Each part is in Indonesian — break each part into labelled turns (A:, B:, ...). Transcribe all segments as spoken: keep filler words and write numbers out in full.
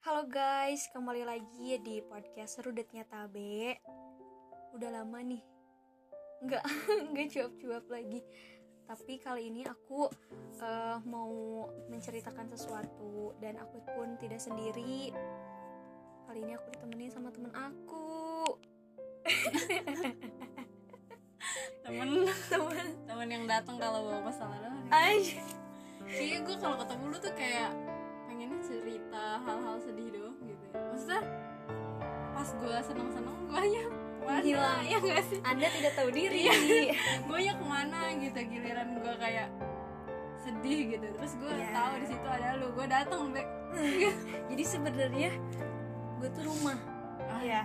A: Halo guys, kembali lagi di podcast Rudetnya Tabe. Udah lama nih Nggak, nggak cuap-cuap lagi. Tapi kali ini aku uh, mau menceritakan sesuatu. Dan aku pun tidak sendiri. Kali ini aku ditemenin sama temen aku.
B: Temen temen temen yang datang kalau bawa masalah doang.
A: Aja.
B: Kayaknya gue kalau ketemu lu tuh kayak pengennya cerita hal-hal sedih doang gitu. Maksudnya pas gue seneng-seneng gue nya kemana?
A: Hilang.
B: Ya nggak sih?
A: Anda tidak tahu diri.
B: Gue nya kemana gitu, giliran gue kayak sedih gitu. Terus gue
A: Yeah.
B: tahu di situ ada lu, gue datang back.
A: Jadi sebenarnya gue tuh rumah.
B: Iya.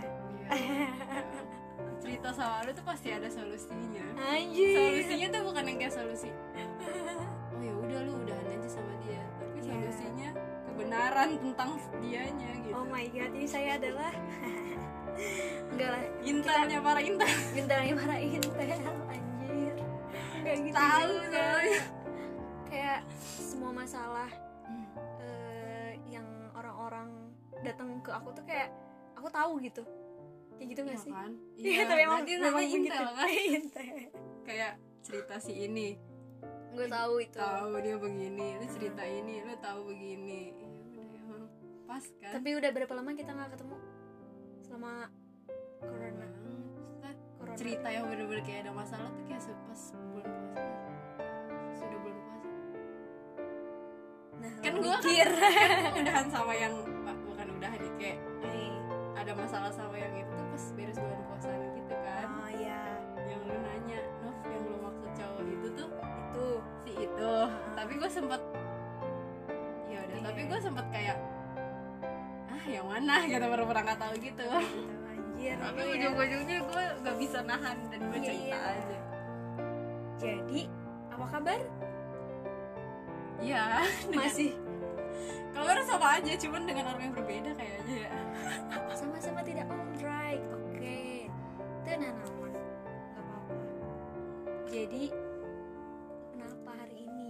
B: Cerita sama lu tuh pasti ada solusinya.
A: Anjir.
B: Solusinya tuh bukan yang kayak solusi oh ya udah lu udahan aja sama dia, tapi
A: Yeah.
B: solusinya kebenaran tentang dianya gitu.
A: Oh my god, ini saya adalah enggak lah,
B: Intelnya para intel.
A: bintangnya para intel, anjir. Enggak gitu
B: Tahu
A: juga.
B: soalnya.
A: Kayak semua masalah eh, yang orang-orang datang ke aku tuh kayak aku tahu gitu. Kayak gitu enggak
B: Iya
A: sih?
B: kan?
A: Iya, tapi emang
B: berarti
A: memang
B: namanya
A: begitu.
B: intel kan.
A: Intel.
B: Kayak cerita si ini
A: Gue tahu itu.
B: tahu dia begini, lu cerita ini lu tahu begini. Iya udah emang pas kan.
A: Tapi udah berapa lama kita nggak ketemu? Selama corona.
B: Emang, maksudnya
A: Corona.
B: cerita yang bener-bener kayak ada masalah tuh kayak pas bulan puasa. Sudah bulan puasa.
A: Nah,
B: Kan
A: lo
B: gue
A: mikir.
B: kan udahan sama yang bukan udahan nih, kayak
A: Eh,
B: ada masalah sama yang itu tuh pas beres bulan puasaan gitu kan.
A: Oh ya,
B: Yang lu nanya, Nov, yang lu maksud cowok itu tuh
A: itu.
B: si itu. Tapi gue sempet ya udah,
A: Iya.
B: tapi gue sempet kayak ah yang mana gitu, pura-pura nggak tahu gitu.
A: Gitu, anjir.
B: Tapi
A: Iya.
B: ujung-ujungnya gue nggak bisa nahan dan gue
A: Iya,
B: cerita
A: iya.
B: aja.
A: Jadi, apa kabar?
B: Iya. dengan-
A: Masih
B: Kabar sama aja, cuman dengan orang yang berbeda kayaknya ya.
A: sama-sama tidak alright. Oke. Tenanawan. Gak apa-apa. Jadi, kenapa hari ini?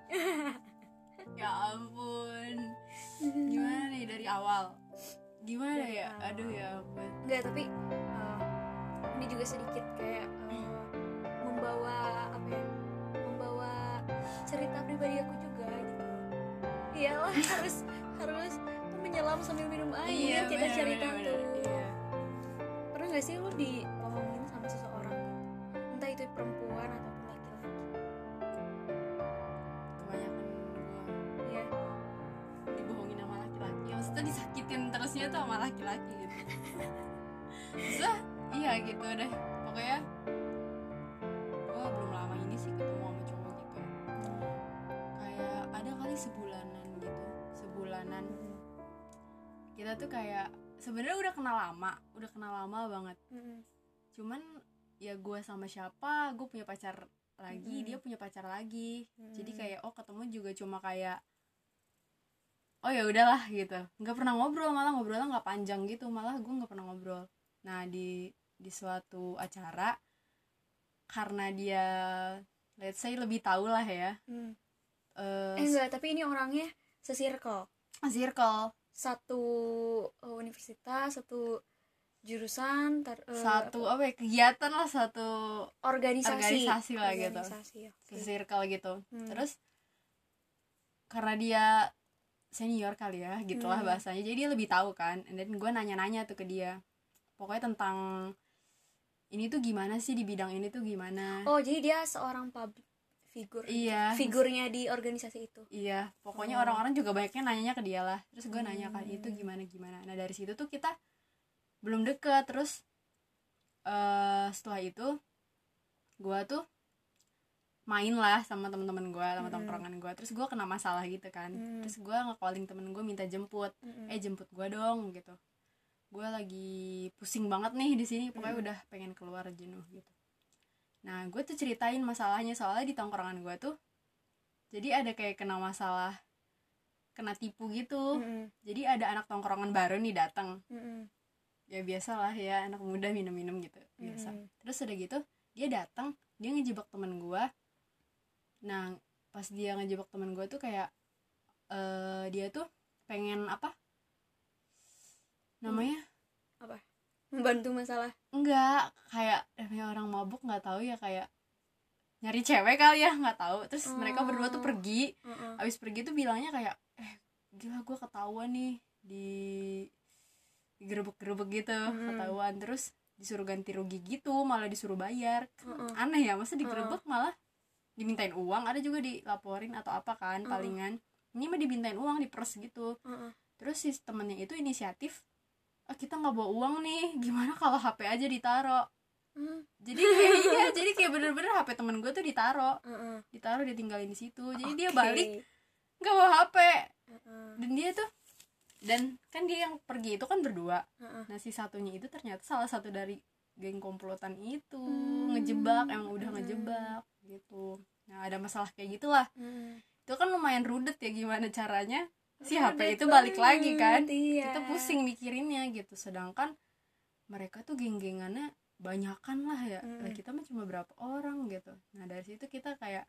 B: Ya ampun. Gimana nih dari awal? Gimana
A: Dari
B: ya?
A: awal.
B: Aduh ya ampun.
A: Enggak, tapi eh, ini juga sedikit kayak eh, membawa apa ya? Membawa cerita pribadi aku juga gitu. Iyalah, harus harus menyelam sambil minum air kita
B: bener,
A: cerita
B: bener,
A: tuh.
B: bener. Iya.
A: Pernah gak sih lu dibohongin sama seseorang gitu? Entah itu perempuan ataupun laki-laki.
B: Kebanyakan gue
A: Iya.
B: dibohongin sama laki-laki. Maksudnya disakitin terusnya tuh sama laki-laki gitu. Maksudnya iya gitu deh. Pokoknya gue belum lama ini sih ketemu sama cowok gitu. Kayak ada kali sebulanan gitu. Sebulanan kita tuh kayak sebenarnya udah kenal lama, udah kenal lama banget.
A: Mm-mm.
B: Cuman ya gue sama siapa, gue punya pacar lagi,
A: Mm-mm.
B: dia punya pacar lagi.
A: Mm-mm.
B: Jadi kayak oh ketemu juga cuma kayak oh ya udahlah gitu, nggak pernah ngobrol, malah ngobrolnya nggak panjang gitu, malah gue nggak pernah ngobrol. Nah di di suatu acara, karena dia let's say lebih tahu lah ya,
A: Mm.
B: eh
A: Eh enggak, tapi ini orangnya se-circle.
B: circle
A: Satu uh, universitas, satu jurusan, tar, uh,
B: satu apa ya, kegiatan lah, satu
A: organisasi.
B: organisasi lah gitu.
A: Organisasi, oke.
B: circle gitu.
A: Hmm.
B: Terus karena dia senior kali ya gitulah
A: Hmm.
B: bahasanya, jadi dia lebih tahu kan. And then gue nanya-nanya tuh ke dia pokoknya tentang ini tuh gimana sih, di bidang ini tuh gimana.
A: Oh, jadi dia seorang public figure.
B: Iya
A: Figurnya di organisasi itu.
B: iya pokoknya
A: Oh.
B: orang-orang juga banyaknya nanyanya ke dia lah. Terus gue
A: Hmm.
B: nanya kan itu gimana gimana. Nah dari situ tuh kita belum deket. Terus eh setelah itu gue tuh main lah sama teman-teman gue, sama
A: Hmm.
B: tongkrongan gue. Terus gue kena masalah gitu kan.
A: Hmm.
B: Terus gue nge-calling temen gue minta jemput.
A: Mm-mm.
B: eh jemput gue dong gitu, gue lagi pusing banget nih di sini, pokoknya
A: Mm.
B: udah pengen keluar, jenuh gitu. Nah gue tuh ceritain masalahnya, soalnya di tongkrongan gue tuh jadi ada kayak kena masalah, kena tipu gitu.
A: Mm-mm.
B: Jadi ada anak tongkrongan baru nih datang,
A: Mm-mm.
B: ya biasalah ya anak muda minum-minum gitu biasa.
A: Mm-mm.
B: Terus udah gitu dia datang, dia ngejebak temen gue. Nah pas dia ngejebak temen gue tuh kayak eh dia tuh pengen apa namanya
A: apa, membantu masalah?
B: enggak, kayak namanya orang mabuk nggak tahu ya, kayak nyari cewek kali ya, nggak tahu. Terus
A: Oh.
B: mereka berdua tuh pergi,
A: Uh-uh.
B: abis pergi tuh bilangnya kayak eh gila gue ketahuan nih di digerebek-gerebek gitu,
A: Mm-mm.
B: ketahuan. Terus disuruh ganti rugi gitu, malah disuruh bayar.
A: Uh-uh.
B: Aneh ya, masa digerebek malah dimintain uang. Ada juga dilaporin atau apa kan,
A: Uh-uh.
B: palingan ini mah dimintain uang, diperes gitu.
A: Uh-uh.
B: Terus si temennya itu inisiatif, ah, kita nggak bawa uang nih, gimana kalau H P aja ditaro.
A: Hmm.
B: Jadi kayak iya, jadi kayak bener-bener H P temen gue tuh ditaro,
A: Uh-uh.
B: ditaro ditinggalin di situ. Jadi
A: Oke.
B: dia balik nggak bawa H P.
A: Uh-uh.
B: Dan dia tuh, dan kan dia yang pergi itu kan berdua.
A: Uh-uh.
B: Nah si satunya itu ternyata salah satu dari geng komplotan itu,
A: Hmm.
B: ngejebak, emang udah
A: Hmm.
B: ngejebak gitu. Nah ada masalah kayak gitulah.
A: Hmm.
B: Itu kan lumayan rudet ya, gimana caranya si
A: Rudet
B: H P itu balik
A: banget,
B: lagi kan.
A: iya.
B: Kita pusing mikirinnya gitu. Sedangkan mereka tuh geng-gengannya banyakan lah ya.
A: Hmm.
B: Lah kita mah cuma berapa orang gitu. Nah dari situ kita kayak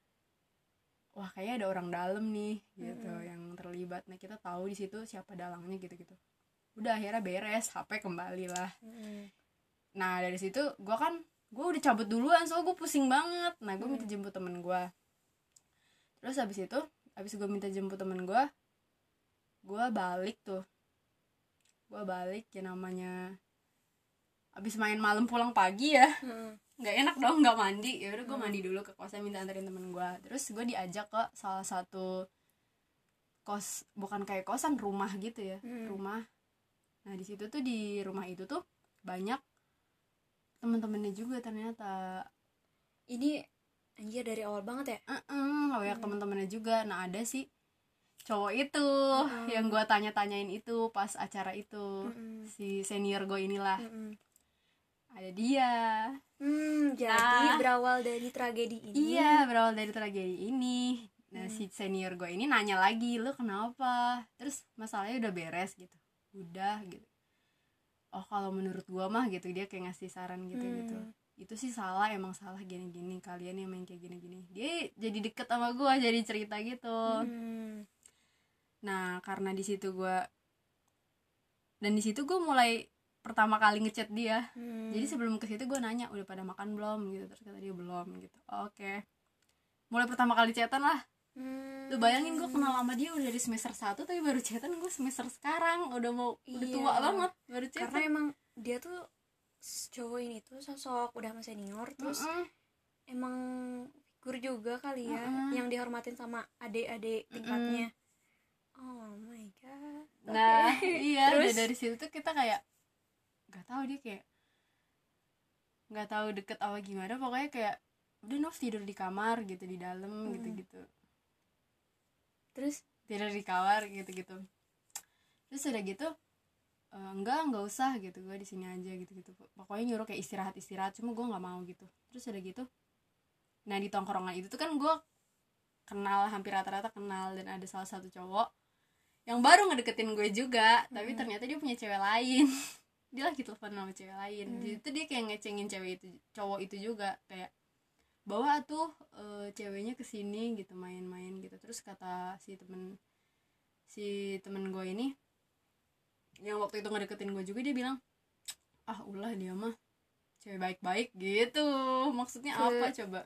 B: wah kayaknya ada orang dalam nih gitu
A: Hmm.
B: yang terlibat. Nah kita tahu di situ siapa dalangnya gitu-gitu. Udah akhirnya beres, H P kembali lah.
A: Hmm.
B: Nah dari situ gue kan gue udah cabut duluan, soalnya gue pusing banget. Nah gue minta jemput temen gue. Terus habis itu, habis gue minta jemput temen gue, gue balik tuh, gue balik ya namanya abis main malam pulang pagi ya,
A: Hmm.
B: nggak enak dong nggak mandi. Ya udah gue mandi dulu ke kosan, minta anterin temen gue. Terus gue diajak ke salah satu kos, bukan kayak kosan, rumah gitu ya,
A: Hmm.
B: rumah. Nah di situ tuh, di rumah itu tuh banyak temen-temennya juga ternyata.
A: Ini anjir dari awal banget ya.
B: Heeh, banyak
A: Hmm.
B: temen-temennya juga. Nah ada sih cowok itu
A: Hmm.
B: yang gue tanya-tanyain itu pas acara itu,
A: Hmm.
B: si senior gue inilah.
A: Hmm.
B: Ada dia.
A: Hmm, jadi
B: Nah.
A: berawal dari tragedi ini.
B: Iya, berawal dari tragedi ini. Nah
A: Hmm.
B: si senior gue ini nanya lagi, lu kenapa? Terus masalahnya udah beres gitu. Udah gitu. Oh kalau menurut gue mah gitu, dia kayak ngasih saran gitu-gitu.
A: Hmm.
B: Itu sih salah, emang salah gini-gini, kalian yang main kayak gini-gini. Dia jadi deket sama gue, jadi cerita gitu.
A: Hmm.
B: Nah karena di situ gue, dan di situ gue mulai pertama kali ngechat dia.
A: Hmm.
B: Jadi sebelum ke situ gue nanya udah pada makan belum gitu. Terus kata dia belum gitu. Oh, oke okay. Mulai pertama kali chatan lah.
A: Hmm.
B: Lu bayangin gue kenal sama dia udah dari semester satu, tapi baru chatan gue semester sekarang. Udah mau
A: Iya.
B: udah tua banget baru chatan.
A: Karena emang dia tuh cowok ini tuh sosok udah sama senior, terus
B: Mm-mm.
A: emang figur juga kali ya,
B: Mm-mm.
A: yang dihormatin sama adik-adik tingkatnya. Oh my god.
B: Nah
A: Oke.
B: iya.
A: Terus?
B: Dan dari situ tuh kita kayak nggak tahu dia kayak nggak tahu deket apa gimana, pokoknya kayak udah Nov tidur di kamar gitu, di dalam
A: Hmm.
B: gitu-gitu,
A: Terus
B: tidur di kamar gitu-gitu. Terus udah gitu e, enggak enggak usah gitu, gue di sini aja gitu-gitu, pokoknya nyuruh kayak istirahat istirahat cuma gue nggak mau gitu. Terus udah gitu, nah di tongkrongan itu tuh kan gue kenal, hampir rata-rata kenal, dan ada salah satu cowok yang baru ngedeketin gue juga, tapi
A: Hmm.
B: ternyata dia punya cewek lain. Dia lagi telepon sama cewek lain.
A: Hmm.
B: Jadi tuh dia kayak ngecengin cewek itu, cowok itu juga, kayak bawa tuh e, ceweknya kesini gitu, main-main gitu. Terus kata si temen si temen gue ini yang waktu itu ngedeketin gue juga, dia bilang ah ulah dia mah cewek baik-baik gitu. Maksudnya
A: Ke-
B: apa coba?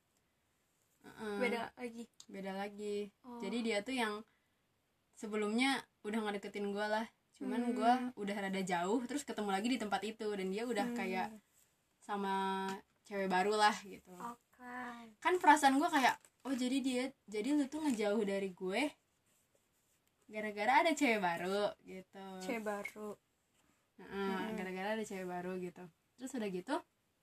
B: Uh-uh.
A: beda lagi.
B: Beda lagi.
A: Oh.
B: Jadi dia tuh yang sebelumnya udah ngedeketin gue lah, cuman
A: Hmm.
B: gue udah rada jauh, terus ketemu lagi di tempat itu, dan dia udah
A: Hmm.
B: kayak sama cewek baru lah gitu.
A: Oke.
B: Kan perasaan gue kayak oh jadi dia, jadi lu tuh ngejauh dari gue gara-gara ada cewek baru gitu.
A: Cewek baru.
B: Heeh,
A: Hmm.
B: gara-gara ada cewek baru gitu. Terus udah gitu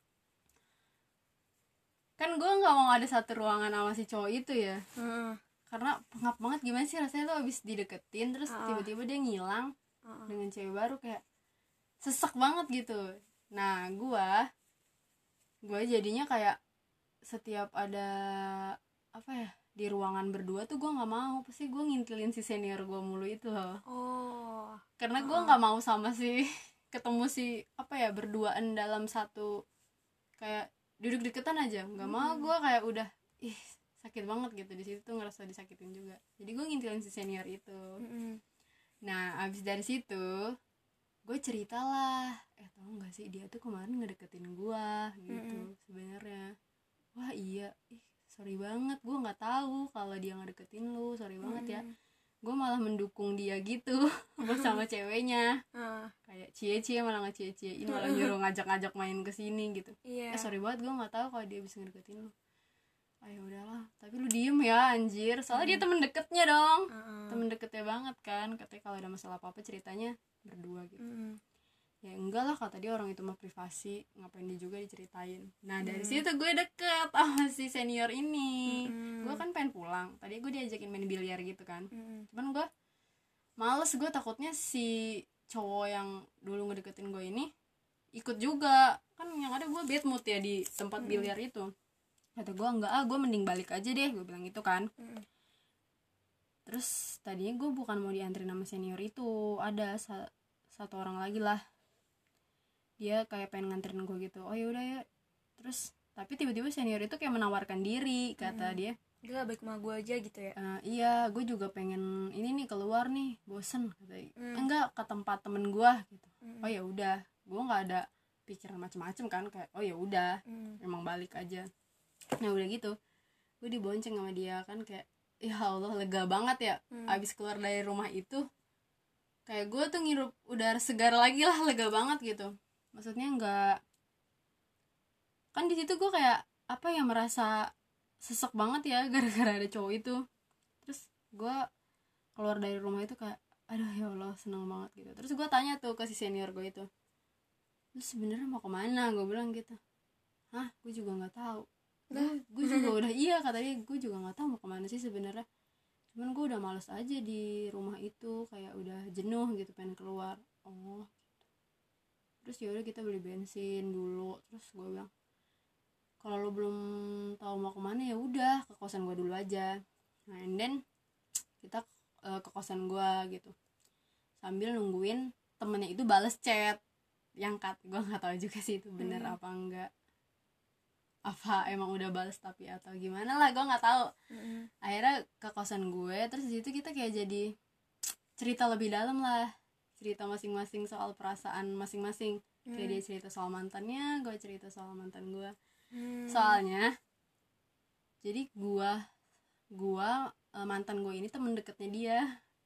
B: kan gue nggak mau ada satu ruangan sama si cowok itu ya,
A: Heeh.
B: karena pengap banget. Gimana sih rasanya lo abis dideketin terus
A: Ah.
B: tiba-tiba dia ngilang
A: Heeh.
B: dengan cewek baru, kayak sesek banget gitu. Nah gue gue jadinya kayak setiap ada apa ya di ruangan berdua tuh gue nggak mau, pasti gue ngintilin si senior gue mulu itu loh,
A: Oh.
B: karena gue nggak mau sama si ketemu si apa ya berduaan dalam satu kayak duduk deketan aja nggak mau.
A: Hmm.
B: Gue kayak udah ih sakit banget gitu, di situ tuh ngerasa disakitin juga, jadi gue ngintilin si senior itu.
A: Mm-mm.
B: Nah abis dari situ gue ceritalah, eh tau nggak sih dia tuh kemarin ngedeketin gue gitu. Mm-hmm. Sebenarnya wah iya, ih sorry banget, gue nggak tahu kalau dia ngedeketin lu, sorry mm-hmm. banget ya, gue malah mendukung dia gitu bersama ceweknya. uh. Kayak cie-cie, malah nge-cie-ciein, malah nyuruh ngajak-ngajak main kesini gitu. yeah. Eh sorry banget, gue nggak tahu kalau dia bisa ngedeketin lu. Ayo udahlah, tapi lu diem ya anjir, soalnya hmm. dia temen deketnya dong. uh-uh. Temen deketnya banget kan, katanya kalau ada masalah apa-apa ceritanya berdua gitu. hmm. Ya enggak lah, kata dia orang itu mah privasi, ngapain dia juga diceritain. Nah dari hmm. situ gue deket sama si senior ini. hmm. Gue kan pengen pulang, tadi gue diajakin main biliar gitu kan. hmm. Cuman gue males, gue takutnya si cowok yang dulu ngedeketin gue ini ikut juga, kan yang ada gue bad mood ya di tempat hmm. biliar itu. Kata gue enggak ah, gue mending balik aja deh, gue bilang gitu kan. hmm. Terus tadinya gue bukan mau dianterin sama senior itu, ada sa- satu orang lagi lah, dia kayak pengen nganterin gue gitu. Oh yaudah ya. Terus tapi tiba-tiba senior itu kayak menawarkan diri, kata hmm. dia,
A: udah baik sama gue aja gitu ya.
B: Uh, iya, gue juga pengen ini nih keluar nih, bosen, kata. hmm. Enggak, ke tempat temen gue gitu. hmm. Oh ya udah, gue nggak ada pikiran macem-macem kan, kayak oh ya udah, hmm. emang balik aja. Nah udah gitu, gue dibonceng sama dia kan, kayak ya Allah lega banget ya. hmm. Abis keluar dari rumah itu kayak gue tuh ngirup udara segar lagi lah, lega banget gitu. Maksudnya nggak, kan di situ gue kayak apa ya, merasa sesek banget ya gara-gara ada cowok itu. Terus gue keluar dari rumah itu kayak aduh ya Allah seneng banget gitu. Terus gue tanya tuh ke si senior gue itu, lu sebenarnya mau kemana, gue bilang gitu. Hah, gue juga nggak tahu. Gue gue juga udah iya, katanya gue juga nggak tahu mau kemana sih sebenarnya. Cuman gue udah males aja di rumah itu, kayak udah jenuh gitu, pengen keluar. Oh gitu. Terus yaudah kita beli bensin dulu. Terus gue bilang, kalau lo belum tahu mau kemana ya udah ke kosan gue dulu aja. Nah and then kita uh, ke kosan gue gitu, sambil nungguin temennya itu bales chat yang cut. Gue nggak tahu juga sih itu bener hmm. apa enggak, apa emang udah bales tapi atau gimana lah, gue nggak tahu. hmm. Akhirnya ke kosan gue, terus di situ kita kayak jadi cerita lebih dalam lah, cerita masing-masing soal perasaan masing-masing. hmm. Kayak dia cerita soal mantannya, gue cerita soal mantan gue. Hmm. Soalnya jadi gue gue mantan gue ini temen deketnya dia.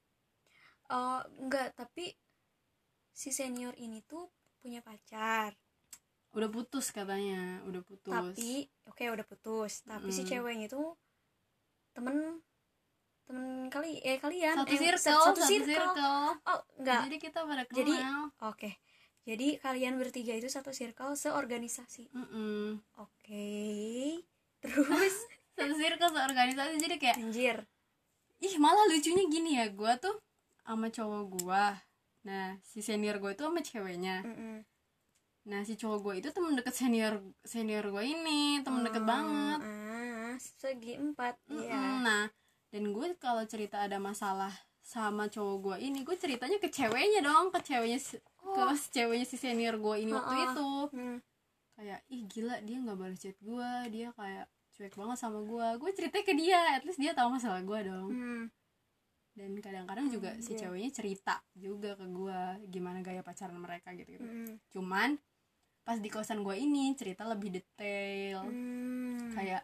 A: Oh enggak, tapi si senior ini tuh punya pacar.
B: Udah putus katanya, udah putus.
A: Tapi oke okay, udah putus. Tapi mm. si ceweknya itu temen temen kali eh kalian
B: satu
A: eh,
B: circle,
A: satu,
B: satu circle. circle.
A: Oh enggak.
B: Jadi kita pada kenal.
A: Jadi oke. Okay. Jadi kalian bertiga itu satu circle seorganisasi.
B: Mm-mm.
A: Oke. Okay. Terus
B: satu circle seorganisasi, jadi kayak
A: anjir.
B: Ih malah lucunya gini ya, gue tuh sama cowok gue. Nah si senior gue itu sama ceweknya. Mm-mm. Nah si cowok gue itu temen deket senior senior gue ini, temen oh, deket banget.
A: Ah, segi empat. Iya.
B: Nah dan gue kalau cerita ada masalah sama cowok gue ini, gue ceritanya ke ceweknya dong, ke ceweknya oh. ke ceweknya si senior gue ini waktu oh, itu. Hmm. Kayak ih gila dia nggak balas chat gue, dia kayak cuek banget sama gue. Gue ceritanya ke dia, at least dia tahu masalah gue dong. Hmm. Dan kadang-kadang juga hmm, si yeah. ceweknya cerita juga ke gue gimana gaya pacaran mereka gitu gitu. Hmm. Cuman pas di kosan gue ini cerita lebih detail. Hmm. Kayak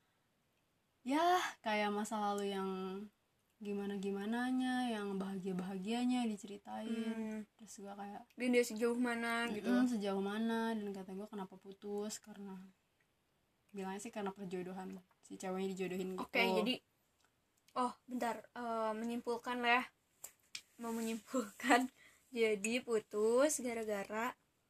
B: ya kayak masa lalu yang gimana-gimananya, yang bahagia-bahagianya diceritain. Hmm. Terus gue kayak
A: dan dia sejauh mana gitu.
B: Mm, sejauh mana, dan kata gue kenapa putus, karena bilangnya sih karena perjodohan, si ceweknya dijodohin gitu.
A: Oke, okay, jadi oh bentar, uh, menyimpulkan lah ya, mau menyimpulkan jadi putus gara-gara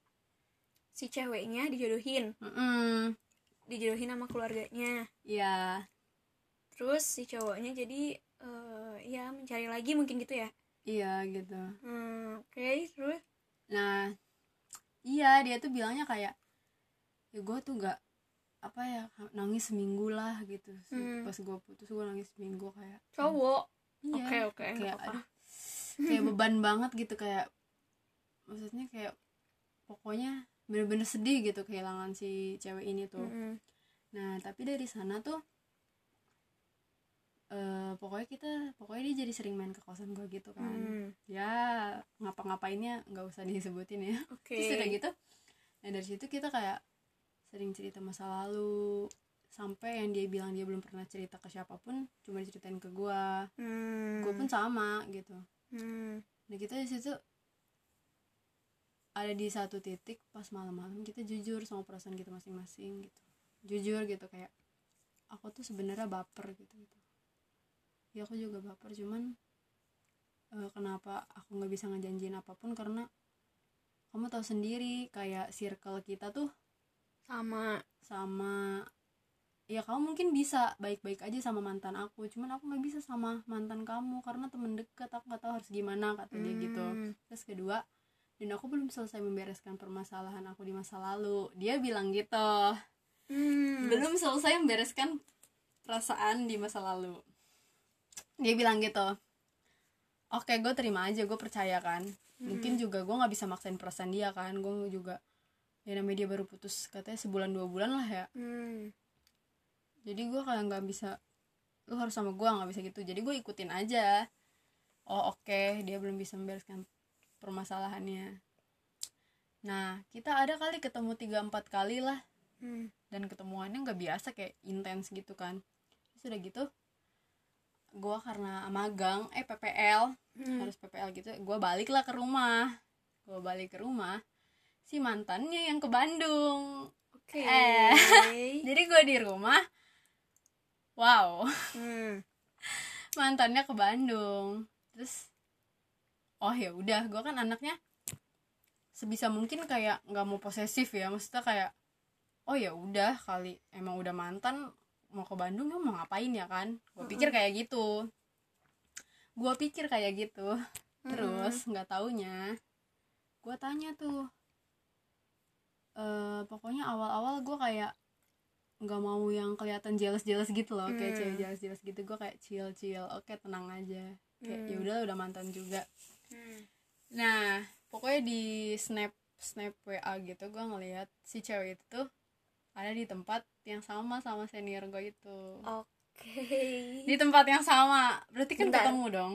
A: si ceweknya dijodohin. Mm-mm. Dijodohin sama keluarganya.
B: Iya. Yeah.
A: Terus si cowoknya jadi uh, ya mencari lagi mungkin gitu ya.
B: Iya gitu.
A: Hmm, oke, okay, terus
B: nah iya dia tuh bilangnya kayak ya gue tuh gak apa ya, nangis seminggu lah gitu. hmm. Pas gue putus gue nangis seminggu kayak
A: cowok.
B: Iya.
A: Oke oke.
B: Kayak aduh, kayak beban banget gitu, kayak maksudnya kayak pokoknya bener-bener sedih gitu kehilangan si cewek ini tuh. Mm-hmm. Nah tapi dari sana tuh uh, pokoknya kita pokoknya dia jadi sering main ke kosan gue gitu kan.
A: Hmm.
B: Ya ngapa-ngapainnya nggak usah disebutin ya.
A: Okay.
B: Terus udah gitu, nah dari situ kita kayak sering cerita masa lalu, sampai yang dia bilang dia belum pernah cerita ke siapapun cuma diceritain ke gue. hmm. Gue pun sama gitu. hmm. Nah kita di situ ada di satu titik pas malam-malam kita jujur sama perasaan kita masing-masing gitu, jujur gitu kayak aku tuh sebenarnya baper gitu gitu. Ya aku juga baper, cuman uh, kenapa aku nggak bisa ngejanjiin apapun karena kamu tahu sendiri kayak circle kita tuh
A: sama
B: sama ya kamu mungkin bisa baik-baik aja sama mantan aku, cuman aku nggak bisa sama mantan kamu karena temen deket, aku nggak tahu harus gimana kata dia gitu. Terus kedua, dan aku belum selesai membereskan permasalahan aku di masa lalu, dia bilang gitu. hmm. Belum selesai membereskan perasaan di masa lalu, dia bilang gitu. Oke, gue terima aja, gue percaya kan. hmm. Mungkin juga gue nggak bisa maksain perasaan dia kan, gue juga ya namanya dia baru putus katanya sebulan dua bulan lah ya. hmm. Jadi gue kayak nggak bisa, lu harus sama gue, nggak bisa gitu. Jadi gue ikutin aja. Oh oke, okay, dia belum bisa membereskan permasalahannya. Nah kita ada kali ketemu tiga empat kali lah. hmm. Dan ketemuannya nggak biasa, kayak intens gitu kan. Terus udah gitu, gue karena magang eh P P L hmm. harus P P L gitu, gue balik lah ke rumah. Gue balik ke rumah, si mantannya yang ke Bandung. Oke. Okay. Eh, jadi gue di rumah. Wow. Hmm. Mantannya ke Bandung. Terus oh ya udah, gue kan anaknya sebisa mungkin kayak nggak mau posesif ya, maksudnya kayak oh ya udah kali emang udah mantan mau ke Bandung ya mau ngapain ya kan, gue pikir kayak gitu. Gue pikir kayak gitu. Terus nggak taunya gue tanya tuh, e, pokoknya awal-awal gue kayak nggak mau yang kelihatan jealous-jealous gitu loh, hmm. kayak cewek jealous-jealous gitu. Gue kayak chill-chill, oke tenang aja, kayak hmm. ya udah udah mantan juga. hmm. Nah pokoknya di snap snap W A gitu gue ngelihat si cewek itu tuh ada di tempat yang sama sama senior gue itu. Oke. Okay. Di tempat yang sama, berarti kan Bentar. Ketemu dong.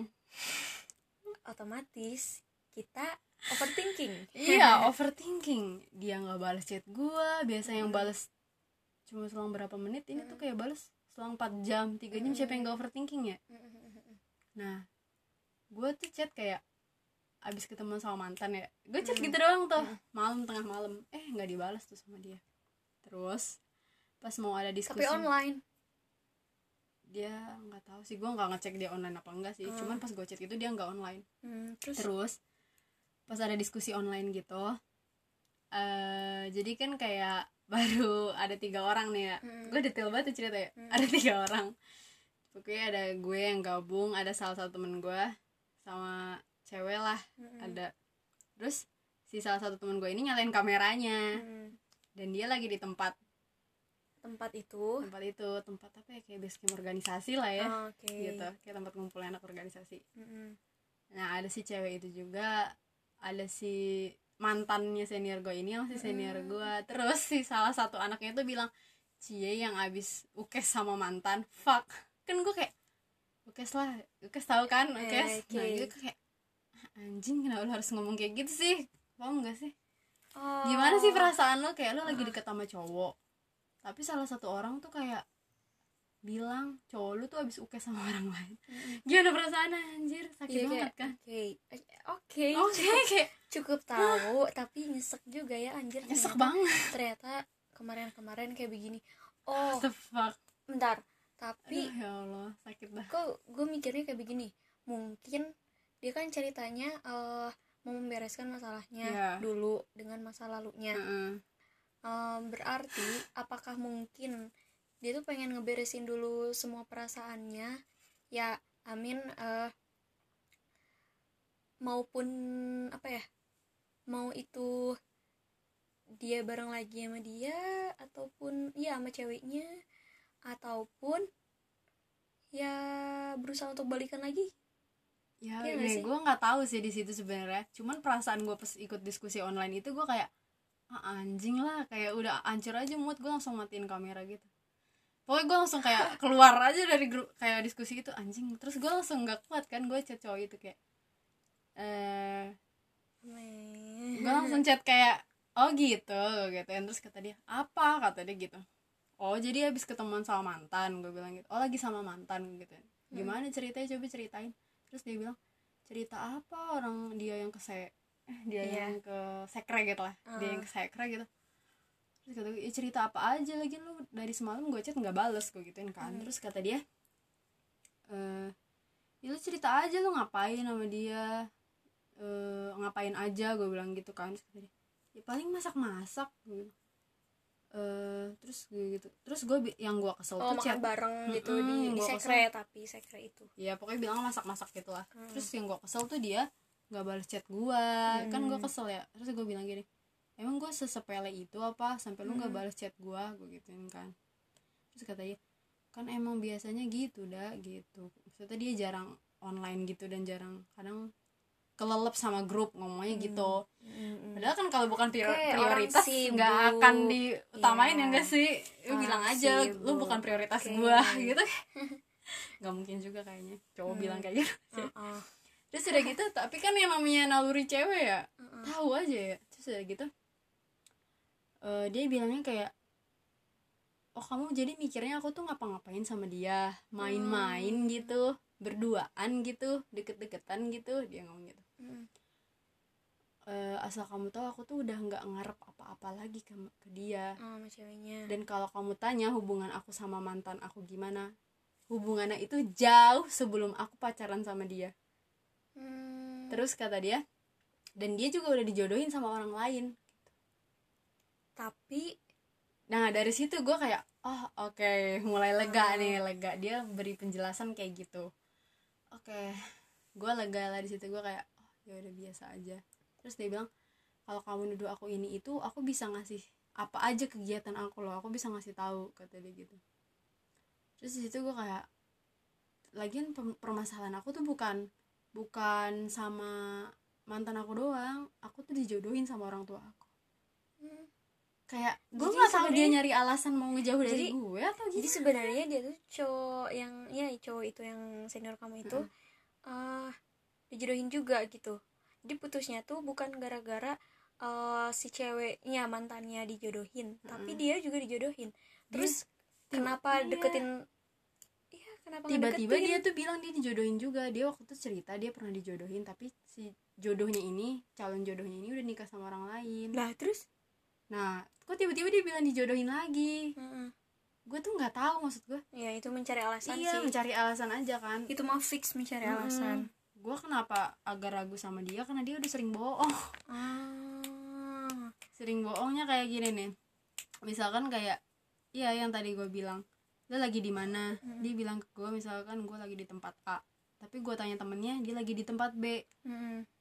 A: Otomatis kita overthinking.
B: Iya overthinking. Dia nggak balas chat gue, biasa yang balas cuma selang berapa menit, ini tuh kayak balas selang empat jam, tiga jam. Siapa yang gak overthinking ya? Nah gue tuh chat kayak abis ketemu sama mantan ya, gue chat gitu doang tuh, malam tengah malam, eh nggak dibalas tuh sama dia. Terus pas mau ada diskusi,
A: tapi online,
B: dia nggak tahu sih, gue nggak ngecek dia online apa enggak sih. hmm. Cuman pas gue chat itu dia nggak online. hmm, terus? terus pas ada diskusi online gitu, uh, jadi kan kayak baru ada tiga orang nih ya. hmm. Gue detail banget cerita ya. hmm. Ada tiga orang, pokoknya ada gue yang gabung, ada salah satu temen gue sama cewek lah. hmm. Ada, terus si salah satu temen gue ini nyalain kameranya. hmm. Dan dia lagi di tempat
A: tempat itu
B: tempat itu tempat apa ya, kayak base camp organisasi lah ya. oh, okay. Gitu, kayak tempat ngumpulnya anak organisasi. hmm. Nah ada si cewek itu juga, ada si mantannya senior gue ini yang masih senior hmm. gue. Terus si salah satu anaknya itu bilang, cie yang abis ukes sama mantan, fuck. Kan gue kayak ukes lah, ukes tahu kan, ukes. Okay. Nah gitu kayak anjing, kenapa lo harus ngomong kayak gitu sih, paham gak sih? Oh. Gimana sih perasaan lo, kayak lo lagi deket sama cowok, tapi salah satu orang tuh kayak bilang cowok lu tuh abis ukes sama orang lain. mm. Gimana perasaan anjir, sakit yeah, banget kan.
A: Oke oke oke cukup tahu tapi nyesek juga ya anjir,
B: nyesek
A: ternyata,
B: banget
A: ternyata kemarin-kemarin kayak begini. Oh
B: the fuck,
A: bentar, tapi
B: aduh, ya Allah sakit dah.
A: Kok gue mikirnya kayak begini, mungkin dia kan ceritanya uh, mau membereskan masalahnya yeah. dulu dengan masa lalunya. uh-uh. um, berarti apakah mungkin dia tuh pengen ngeberesin dulu semua perasaannya ya, amin, uh, maupun apa ya, mau itu dia bareng lagi sama dia ataupun ya sama ceweknya, ataupun ya berusaha untuk balikan lagi.
B: Ya, ya nih gue nggak tahu sih di situ sebenarnya. Cuman perasaan gue pas ikut diskusi online itu gue kayak ah, anjing lah, kayak udah hancur aja mood gue, langsung matiin kamera gitu. pokoknya gue langsung kayak keluar aja dari grup kayak diskusi gitu anjing. Terus gue langsung nggak kuat kan, gue chat cowok itu kayak eh gue langsung chat kayak oh gitu gitu. Terus kata dia apa, kata dia gitu, oh jadi habis ketemuan sama mantan. Gue bilang gitu, oh lagi sama mantan gitu. Gimana ceritanya, coba ceritain. Terus dia bilang cerita apa, orang dia yang ke se eh, dia yeah. yang ke sekre gitu lah, uh. dia yang ke sekre gitu. Terus kata gue, ya cerita apa aja lagi, lu dari semalam gue chat nggak bales, gue gituin kan. Hmm. Terus kata dia, e, ya lu cerita aja lu ngapain sama dia, e, ngapain aja, gue bilang gitu kan. Terus kata dia, ya paling masak-masak gitu. E, terus gue gitu, terus gue yang gue kesel
A: oh,
B: tuh
A: chat bareng gitu di, di sekre, tapi sekre itu ya
B: pokoknya bilang masak-masak gitulah. Hmm. Terus yang gue kesel tuh dia nggak balas chat gue, hmm. kan gue kesel ya. Terus gue bilang gini, emang gue sesepele itu apa sampai lu nggak hmm. balas chat gue, gue gituin kan. Terus katanya kan emang biasanya gitu dah gitu, maksudnya dia jarang online gitu dan jarang, kadang kelelep sama grup ngomongnya hmm. gitu. hmm. Padahal kan kalau bukan prior- prioritas nggak akan diutamain ya nggak sih, lu bilang aja sibuk. Lu bukan prioritas okay. gue gitu. Nggak mungkin juga kayaknya cowok hmm. bilang kayak gitu. uh-uh. Terus udah gitu, tapi kan yang namanya naluri cewek ya uh-uh. tahu aja ya. Terus udah gitu Uh, dia bilangnya kayak, oh kamu jadi mikirnya aku tuh ngapa-ngapain sama dia, main-main hmm. gitu, berduaan gitu, deket-deketan gitu, dia ngomong gitu. hmm. uh, asal kamu tahu aku tuh udah nggak ngarep apa-apa lagi ke, ke dia.
A: oh, sama ceweknya.
B: Dan kalau kamu tanya hubungan aku sama mantan aku gimana, hubungannya itu jauh sebelum aku pacaran sama dia. hmm. Terus kata dia, dan dia juga udah dijodohin sama orang lain.
A: Tapi
B: nah dari situ gue kayak oh oke okay, mulai lega uh. nih lega. Dia beri penjelasan kayak gitu, oke okay. gue lega lah di situ. Gue kayak oh ya udah biasa aja. Terus dia bilang kalau kamu nuduh aku ini itu, aku bisa ngasih apa aja kegiatan aku loh, aku bisa ngasih tahu, kata dia gitu. Terus di situ gue kayak lagian permasalahan aku tuh bukan bukan sama mantan aku doang, aku tuh dijodohin sama orang tua aku. hmm. Kayak gue nggak tahu dia nyari alasan mau ngejauh dari jadi, gue atau gitu.
A: Jadi sebenarnya dia tuh cowok yang ya cowok itu yang senior kamu itu uh-uh. uh, dijodohin juga gitu. Jadi putusnya tuh bukan gara-gara uh, si ceweknya mantannya dijodohin, uh-uh. tapi dia juga dijodohin. Terus dia, kenapa tiba, deketin iya kenapa
B: tiba-tiba dia tuh bilang dia dijodohin juga. Dia waktu itu cerita dia pernah dijodohin, tapi si jodohnya ini, calon jodohnya ini udah nikah sama orang lain.
A: Lah terus
B: nah kok tiba-tiba dia bilang dijodohin lagi. mm-hmm. Gue tuh nggak tahu, maksud gue
A: ya itu mencari alasan
B: iya,
A: sih
B: mencari alasan aja kan,
A: itu mah fix mencari mm-hmm. alasan.
B: Gue kenapa agak ragu sama dia karena dia udah sering bohong.
A: ah.
B: Sering bohongnya kayak gini nih, misalkan kayak iya yang tadi gue bilang, lo lagi di mana, mm-hmm. dia bilang ke gue misalkan gue lagi di tempat A, tapi gue tanya temennya dia lagi di tempat B. mm-hmm.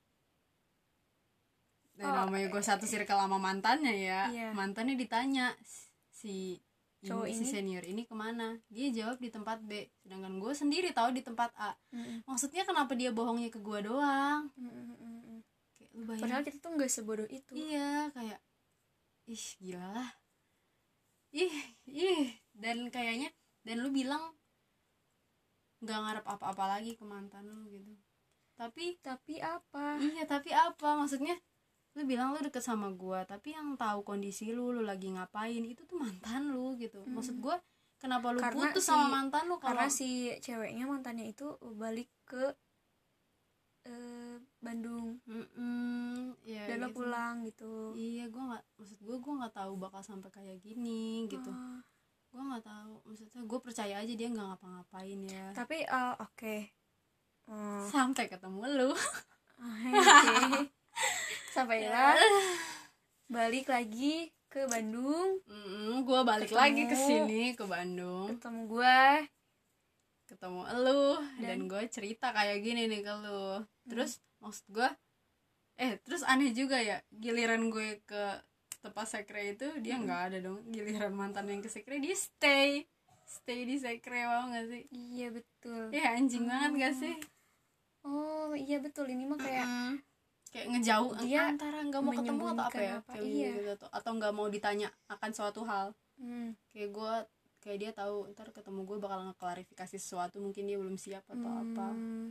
B: Dan oh, namanya gue satu circle sama mantannya ya, iya. mantannya ditanya si ini, ini si senior ini kemana, dia jawab di tempat B, sedangkan gue sendiri tahu di tempat A. mm-hmm. Maksudnya kenapa dia bohongnya ke gue doang? mm-hmm. Kayak, lu bayang,
A: padahal kita tuh nggak sebodoh itu.
B: Iya kayak ih gila lah, ih ih dan kayaknya dan lu bilang nggak ngarep apa-apa lagi ke mantan lu gitu, tapi
A: tapi apa
B: iya tapi apa maksudnya, lu bilang lu deket sama gue, tapi yang tahu kondisi lu, lu lagi ngapain itu tuh mantan lu gitu. hmm. Maksud gue kenapa lu karena putus si, sama mantan lu kalau...
A: karena si ceweknya mantannya itu balik ke uh, Bandung. mm-hmm. ya, dan lo gitu. Pulang gitu.
B: Iya gue nggak, maksud gue gue nggak tahu bakal sampai kayak gini gitu. uh. Gue nggak tahu, maksudnya gue percaya aja dia nggak ngapa-ngapain ya.
A: Tapi uh, oke okay. uh.
B: sampai ketemu lu.
A: Oke okay. Sampailah balik lagi ke Bandung.
B: mm, gue balik ketemu, lagi ke sini ke Bandung,
A: ketemu gue,
B: ketemu elu dan, dan gue cerita kayak gini nih ke lu. Terus hmm. maksud gue eh terus aneh juga ya, giliran gue ke tempat sekre itu dia nggak hmm. ada dong, giliran mantan yang ke sekre dia stay stay di sekre. Mau nggak sih?
A: Iya betul
B: ya anjing oh. banget gak sih?
A: Oh iya betul, ini mah kayak
B: mm-hmm. kayak ngejauh dia antara nggak mau ketemu atau apa ya,
A: apa, iya.
B: gitu, atau nggak mau ditanya akan suatu hal.
A: hmm.
B: Kayak gue kayak dia tahu ntar ketemu gue bakal ngeklarifikasi sesuatu, mungkin dia belum siap atau
A: Hmm,
B: apa,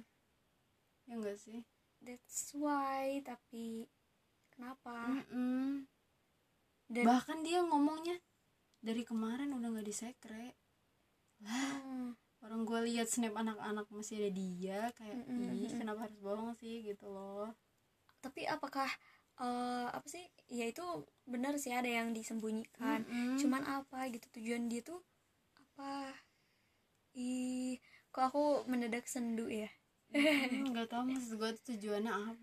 B: ya enggak sih?
A: that's why. Tapi kenapa?
B: Mm-mm.
A: Dan
B: Bahkan dia ngomongnya dari kemarin udah nggak disekre lah.
A: Hmm,
B: Orang gue lihat snap anak-anak masih ada dia, kayak
A: Mm-mm,
B: ih
A: mm-mm.
B: kenapa harus bohong sih gitu loh.
A: tapi apakah eh, apa sih? Ya itu benar sih ada yang disembunyikan.
B: Mm-mm.
A: Cuman apa gitu tujuan dia tuh apa? Ih, kok aku mendadak sendu ya?
B: Mm, nggak tahu maksud gue tuh tujuannya apa.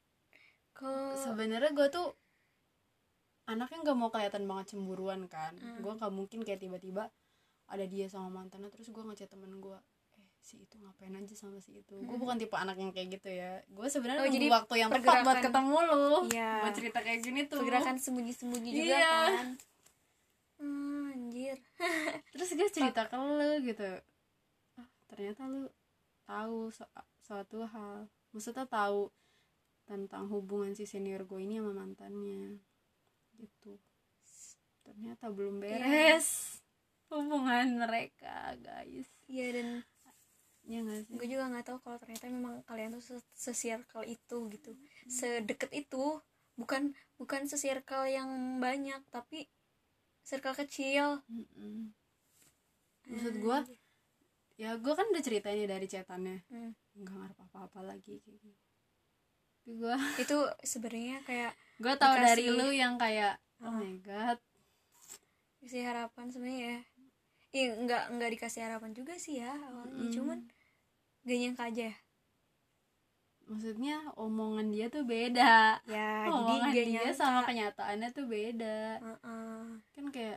A: Kok
B: Sebenarnya gue tuh anaknya nggak mau kelihatan banget cemburuan kan.
A: Hmm.
B: Gue nggak mungkin kayak tiba-tiba ada dia sama mantannya terus gue ngechat temen gue, eh si itu ngapain aja sama si itu. Gue
A: Hmm.
B: bukan tipe anak yang kayak gitu ya. Gue sebenarnya
A: Oh,
B: nunggu
A: jadi
B: waktu yang tepat buat
A: pergerakan-
B: ketemu lu.
A: Iya.
B: Mau cerita kayak gini tuh.
A: pergerakan sembunyi-sembunyi juga
B: Iya.
A: kan? Hmm, anjir.
B: Terus gue cerita ke lu gitu, ah, ternyata lu tahu su- suatu hal, maksudnya tahu tentang hubungan si senior gue ini sama mantannya gitu. Ternyata belum beres hubungan mereka guys.
A: Iya, dan
B: Ya nggak sih?
A: gue juga nggak tahu kalau ternyata memang kalian tuh se- se-circle itu gitu, sedekat itu. Bukan bukan se-circle yang banyak, tapi circle kecil.
B: Mm-mm. Maksud gue, ya gue kan udah ceritain ya dari chatannya,
A: Hmm.
B: nggak ngarep apa-apa lagi kayak gitu. Tapi gue
A: Itu sebenarnya kayak
B: gue tahu
A: Dikasih-
B: dari lu yang kayak oh
A: Ah.
B: my god.
A: kasih harapan sebenarnya ya. Ih, nggak nggak dikasih harapan juga sih ya awalnya,
B: Mm.
A: cuman gak nyangka aja ya.
B: Maksudnya omongan dia tuh beda.
A: Ya,
B: Omongan
A: jadi gak
B: dia
A: nyangka.
B: sama kenyataannya tuh beda.
A: Heeh.
B: Kan kayak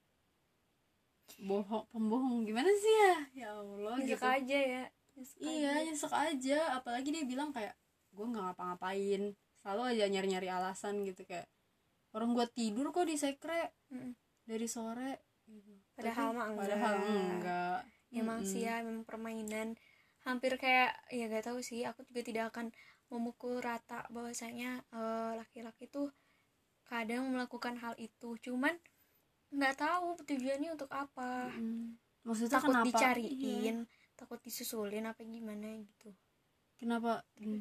B: bohong, pembohong gimana sih ya? Ya Allah
A: Nyesek
B: gitu.
A: aja ya. Nyesek
B: Iya,
A: aja.
B: nyesek aja. Apalagi dia bilang kayak gue nggak ngapa-ngapain. Selalu aja nyari-nyari alasan gitu, kayak orang gue tidur kok di sekre
A: Mm-mm.
B: dari sore. Gitu.
A: Padahal
B: Tapi-
A: mah enggak.
B: Padahal enggak.
A: Emang
B: Mm-mm.
A: sih ya, memang permainan. Hampir kayak ya gak tahu sih, aku juga tidak akan memukul rata bahwasanya eh, laki-laki tuh kadang melakukan hal itu, cuman nggak tahu tujuannya untuk apa.
B: Mm-mm. Maksudnya
A: Takut
B: kenapa? Iya.
A: dicariin, takut disusulin apa gimana gitu.
B: Kenapa? Hmm.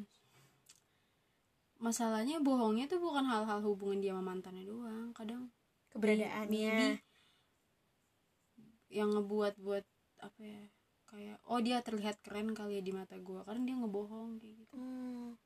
B: Masalahnya bohongnya tuh bukan hal-hal hubungan dia sama mantannya doang. Kadang
A: Keberadaannya.
B: maybe yang ngebuat buat apa ya, kayak oh dia terlihat keren kali ya di mata gue, karena dia ngebohong kayak gitu.
A: Hmm,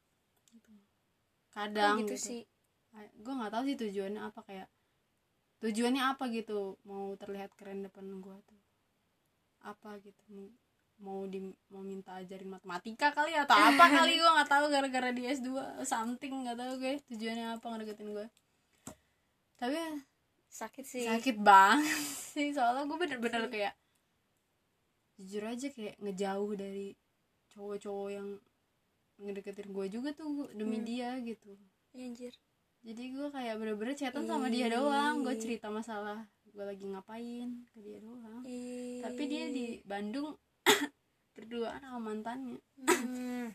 B: Kadang
A: gitu
B: gitu,
A: sih.
B: gue nggak tahu sih tujuannya apa, kayak tujuannya apa gitu, mau terlihat keren depan gue tuh apa gitu, mau di mau minta ajarin matematika kali atau apa kali, gue nggak tahu, gara-gara di S dua something, nggak tahu gue tujuannya apa ngedeketin gue. Tapi
A: Sakit sih.
B: sakit banget sih, soalnya gue bener-bener kayak jujur aja kayak ngejauh dari cowok-cowok yang ngedeketin gue juga tuh demi
A: Hmm.
B: dia gitu.
A: Anjir.
B: Jadi gue kayak bener-bener chatan sama dia doang, gue
A: Ih.
B: cerita masalah gue lagi ngapain ke dia doang.
A: Ih.
B: Tapi dia di Bandung berduaan sama mantannya.
A: Hmm,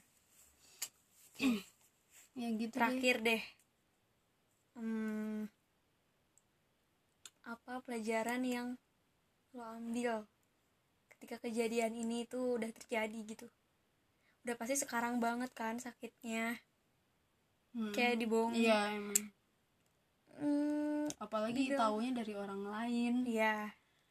B: Ya gitu deh.
A: terakhir deh. Hmm, apa pelajaran yang lo ambil ketika kejadian ini tuh udah terjadi gitu? Udah pasti sekarang banget kan sakitnya,
B: Hmm.
A: kayak dibohongin.
B: Iya emang.
A: Hmm,
B: Apalagi
A: Dibilang-
B: taunya dari orang lain.
A: iya.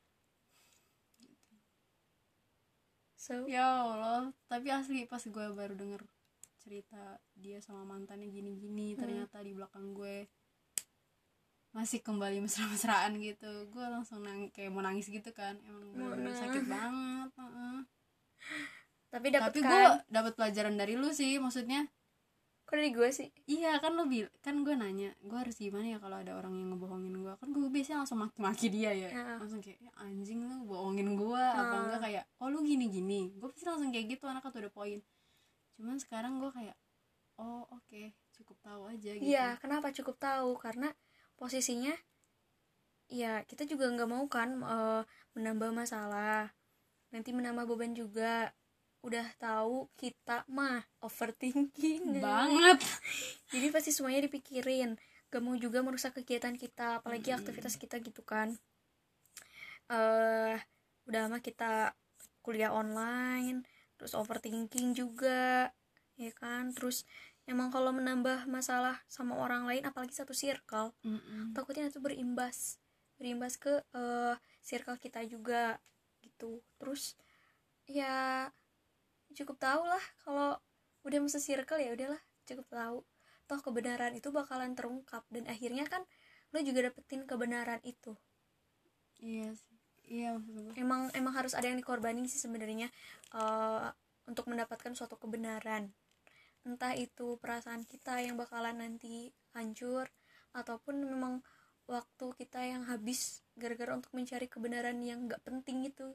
A: So,
B: Ya Allah, tapi asli pas gue baru denger cerita dia sama mantannya gini-gini,
A: Hmm.
B: ternyata di belakang gue masih kembali mesra-mesraan gitu. Gue langsung nang kayak mau nangis gitu kan. Emang bener-bener
A: Mana?
B: sakit banget. heeh.
A: tapi dapat
B: Tapi
A: kan?
B: gue dapet pelajaran dari lu sih, maksudnya.
A: Kok dari gue sih?
B: Iya kan lu bil kan gue nanya gue harus gimana ya kalau ada orang yang ngebohongin gue, kan gue biasanya langsung maki-maki dia ya,
A: Heeh.
B: langsung kayak ya, anjing lu bohongin gue apa
A: Heeh.
B: enggak, kayak oh lu gini-gini, gue pasti langsung kayak gitu, anak tuh udah poin. Cuman sekarang gue kayak oh oke okay, cukup tahu aja gitu.
A: Iya, kenapa cukup tahu? Karena posisinya ya kita juga nggak mau kan eh, menambah masalah, nanti menambah beban juga. Udah tahu kita mah overthinking
B: Banget.
A: jadi pasti semuanya dipikirin, gak mau juga merusak kegiatan kita, apalagi
B: Mm-mm.
A: aktivitas kita gitu kan. eh udah lama kita kuliah online, terus overthinking juga, ya kan. Terus emang kalau menambah masalah sama orang lain, apalagi satu circle,
B: Mm-mm.
A: takutnya itu berimbas berimbas ke uh, circle kita juga gitu. Terus ya cukup tahu lah kalau udah masuk circle, ya udahlah cukup tahu, toh kebenaran itu bakalan terungkap dan akhirnya kan lo juga dapetin kebenaran itu.
B: Iya sih, iya maksud gue.
A: Emang emang harus ada yang dikorbanin sih sebenarnya, uh, untuk mendapatkan suatu kebenaran. Entah itu perasaan kita yang bakalan nanti hancur, ataupun memang waktu kita yang habis gara-gara untuk mencari kebenaran yang gak penting itu.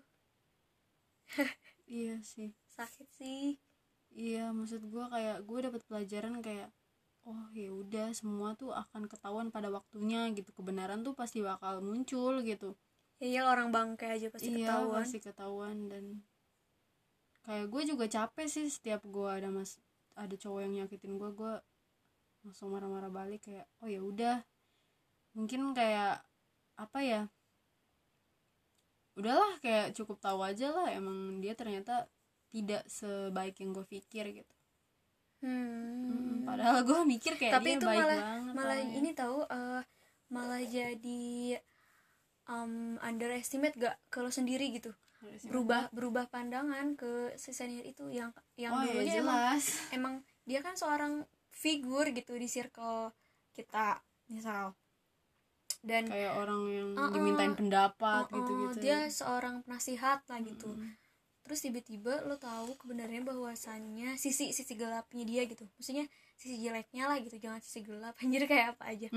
B: Iya sih,
A: Sakit sih.
B: iya maksud gue kayak gue dapat pelajaran kayak oh ya udah semua tuh akan ketahuan pada waktunya gitu, kebenaran tuh pasti bakal muncul gitu.
A: Ya orang bangke aja pasti
B: iya,
A: ketahuan.
B: pasti ketahuan. Dan kayak gue juga capek sih setiap gue ada mas ada cowok yang nyakitin gue gue langsung marah-marah balik kayak oh ya udah, mungkin kayak apa ya, udahlah kayak cukup tahu aja lah emang dia ternyata tidak sebaik yang gue pikir gitu.
A: Hmm.
B: Mm-mm, padahal gue mikir kayak
A: tapi
B: dia
A: itu
B: baik
A: malah
B: banget
A: malah
B: orangnya.
A: ini tahu uh, malah jadi um, underestimate gak kalau sendiri gitu, berubah berubah pandangan ke si senior itu yang yang
B: oh,
A: dulunya
B: ya
A: emang
B: jelas.
A: emang dia kan seorang figur gitu di circle kita misal, dan
B: kayak orang yang
A: uh-uh,
B: dimintain pendapat
A: uh-uh,
B: gitu-gitu.
A: dia seorang penasihat lah gitu.
B: Mm-mm.
A: Terus tiba-tiba lo tahu kebenarannya bahwasannya sisi sisi gelapnya dia gitu, maksudnya sisi jeleknya lah gitu, jangan sisi gelap anjir kayak apa aja.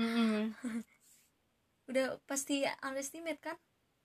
A: Udah pasti underestimate kan.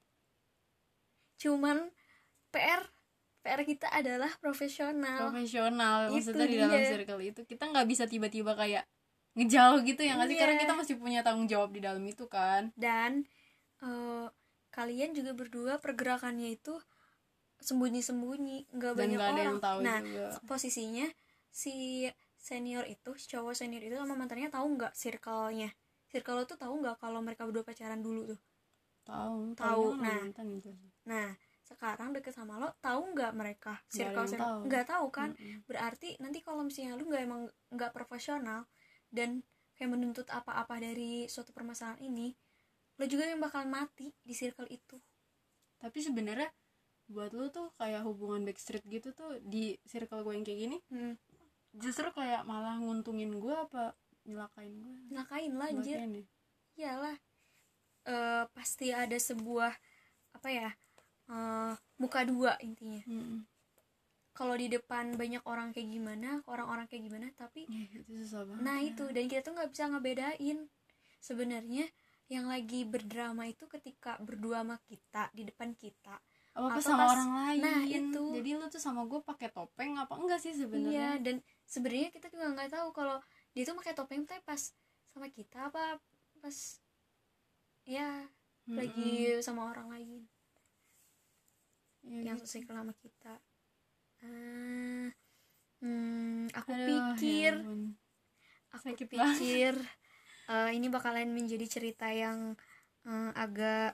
A: Cuman P R P R kita adalah profesional
B: profesional maksudnya
A: itu
B: di dalam
A: dia.
B: circle itu kita nggak bisa tiba-tiba kayak ngejauh gitu ya nggak sih,
A: Iya.
B: karena kita masih punya tanggung jawab di dalam itu kan.
A: Dan uh, kalian juga berdua pergerakannya itu sembunyi-sembunyi, nggak
B: dan
A: banyak
B: nggak ada
A: orang.
B: yang tahu
A: Nah
B: juga.
A: posisinya si senior itu, si cowok senior itu sama mantannya tahu nggak circle-nya, circle lo tuh tahu nggak kalau mereka berdua pacaran dulu tuh?
B: Tahu,
A: tahu.
B: Nah,
A: itu. Nah sekarang deket sama lo, tahu nggak mereka circle
B: tahu.
A: nggak tahu kan.
B: Mm-mm.
A: Berarti nanti kalau misalnya lu nggak emang nggak profesional dan kayak menuntut apa-apa dari suatu permasalahan ini, lo juga yang bakalan mati di circle itu.
B: Tapi sebenarnya buat lo tuh kayak hubungan backstreet gitu tuh di circle gue yang kayak gini,
A: hmm.
B: justru kayak malah nguntungin gue apa nyelakain gue?
A: Nyelakain lah anjir.
B: Ya?
A: Iyalah, e, pasti ada sebuah apa ya, e, muka dua intinya.
B: Mm-mm.
A: Kalau di depan banyak orang kayak gimana, orang-orang kayak gimana, tapi
B: ya, itu susah banget.
A: Nah
B: ya.
A: itu, dan kita tuh nggak bisa ngebedain sebenarnya yang lagi berdrama itu ketika berdua sama kita di depan kita,
B: apa
A: atau
B: sama
A: pas,
B: orang lain.
A: Nah itu.
B: Jadi lu tuh sama gue pakai topeng apa enggak sih sebenarnya?
A: Iya, dan sebenarnya kita juga nggak tahu kalau dia tuh pakai topeng tuh pas sama kita apa pas ya mm-hmm. lagi sama orang lain ya, yang gitu. Sesuai sama kita. Ah, hmm, aku Aduh, pikir, ya aku Sakit pikir uh, ini bakalan menjadi cerita yang uh, agak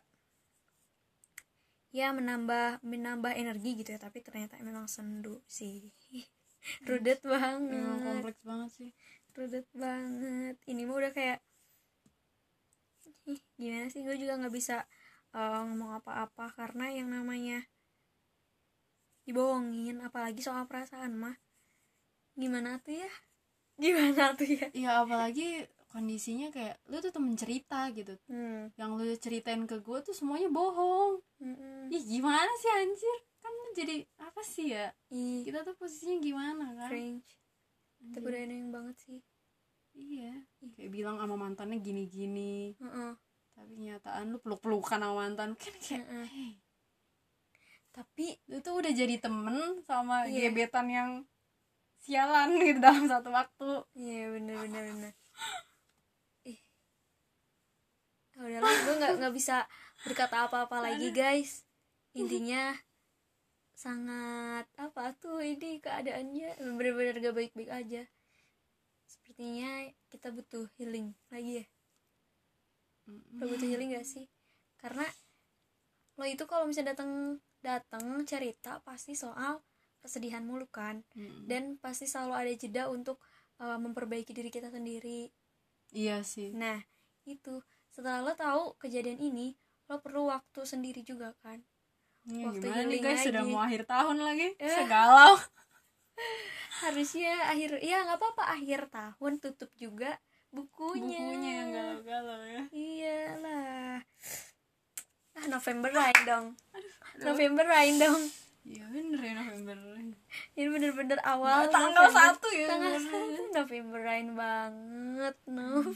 A: ya menambah menambah energi gitu ya, tapi ternyata memang sendu sih. Rudet banget.
B: Memang kompleks banget sih.
A: Rudet banget. Ini mah udah kayak ih, gimana sih, gue juga nggak bisa uh, ngomong apa-apa karena yang namanya dibohongin, apalagi soal perasaan mah gimana tuh ya, gimana tuh ya.
B: Iya, apalagi kondisinya kayak lu tuh temen cerita gitu, hmm. yang lu ceritain ke gue tuh semuanya bohong. Mm-mm. Ih gimana sih anjir, kan jadi apa sih ya. Ih. Kita tuh posisinya gimana kan,
A: cringe, tapi udah aneh banget sih.
B: Iya, Ih. kayak bilang sama mantannya gini-gini,
A: uh-uh.
B: tapi nyataan lu peluk-pelukan sama mantan kan kayak uh-uh. hey. Tapi lu tuh udah jadi temen sama yeah. gebetan yang sialan gitu dalam satu waktu.
A: Iya yeah, bener-bener bener. Ih, udahlah, gue nggak nggak bisa berkata apa-apa lagi guys. Intinya sangat apa tuh ini keadaannya bener-bener gak baik-baik aja. Sepertinya kita butuh healing lagi ya. Lo butuh healing gak sih? Karena lo itu kalau misalnya datang datang cerita pasti soal kesedihan mulu kan,
B: Mm-mm.
A: dan pasti selalu ada jeda untuk uh, memperbaiki diri kita sendiri.
B: Iya sih.
A: Nah itu setelah lo tahu kejadian ini, lo perlu waktu sendiri juga kan.
B: Ya,
A: Waktu
B: gimana nih
A: healing
B: guys,
A: lagi.
B: sudah mau akhir tahun lagi,
A: Eh.
B: segalau.
A: Harusnya akhir, ya nggak apa-apa akhir tahun tutup juga bukunya.
B: Bukunya yang galau-galau ya.
A: Iyalah. Ah, November Rain dong.
B: Aduh.
A: November Rain dong.
B: Iya bener ya, November.
A: Ini bener-bener awal
B: Nah, tanggal
A: November.
B: satu ya.
A: Tanggal satu November Rain banget. No.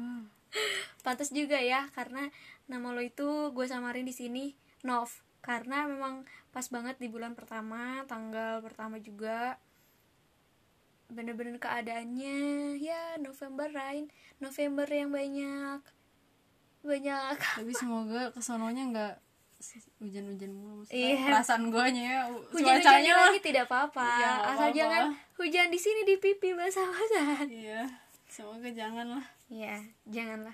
A: Pantas juga ya, karena nama lo itu gue samarin di sini Nov, karena memang pas banget di bulan pertama, tanggal pertama juga. Bener-bener keadaannya ya November Rain, November yang banyak banyak.
B: Tapi semoga kesononya nggak hujan-hujan mulu.
A: Iya.
B: Perasaan gue nya ya,
A: Hujan-hujan
B: cuacanya lah.
A: lagi tidak apa-apa,
B: Iya, nggak
A: asal
B: apa-apa.
A: jangan hujan di sini di pipi basah-basah.
B: Iya, semoga jangan lah.
A: Iya, janganlah.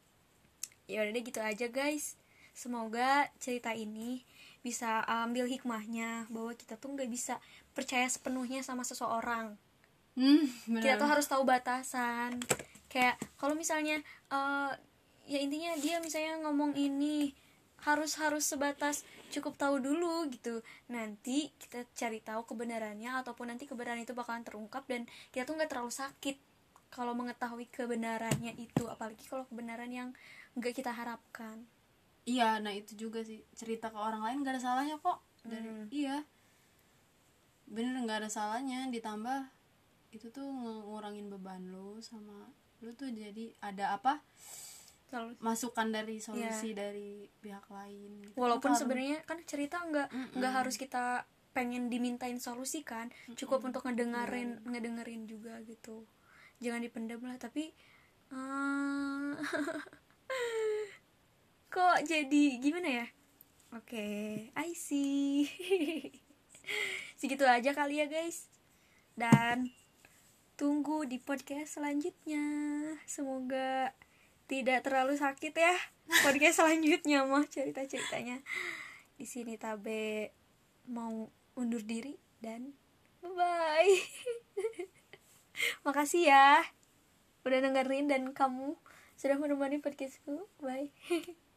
A: Ya udah deh gitu aja guys. Semoga cerita ini bisa ambil hikmahnya bahwa kita tuh nggak bisa percaya sepenuhnya sama seseorang.
B: Hmm, bener.
A: Kita tuh harus tahu batasan. Kayak kalau misalnya uh, ya intinya dia misalnya ngomong ini harus harus sebatas cukup tahu dulu gitu. Nanti kita cari tahu kebenarannya, ataupun nanti kebenaran itu bakalan terungkap dan kita tuh nggak terlalu sakit kalau mengetahui kebenarannya itu, apalagi kalau kebenaran yang nggak kita harapkan.
B: Iya, nah itu juga sih, cerita ke orang lain gak ada salahnya kok. Dari
A: Hmm.
B: iya, bener nggak ada salahnya. Ditambah itu tuh ngurangin beban lu, sama lu tuh jadi ada apa,
A: Terlalu.
B: masukan dari solusi dari pihak lain gitu.
A: Walaupun
B: Kan kalau-
A: sebenarnya kan cerita nggak
B: Mm-mm.
A: nggak harus kita pengen dimintain solusi kan, cukup untuk ngedengerin ngedengerin juga gitu, jangan dipendam lah. Tapi eh, kok jadi gimana ya? Oke, I see. Segitu aja kali ya guys, dan tunggu di podcast selanjutnya. Semoga tidak terlalu sakit ya podcast selanjutnya mah cerita-ceritanya. Di sini Tabe mau undur diri dan bye bye. Makasih ya udah dengerin dan kamu sudah menemani podcastku. Bye.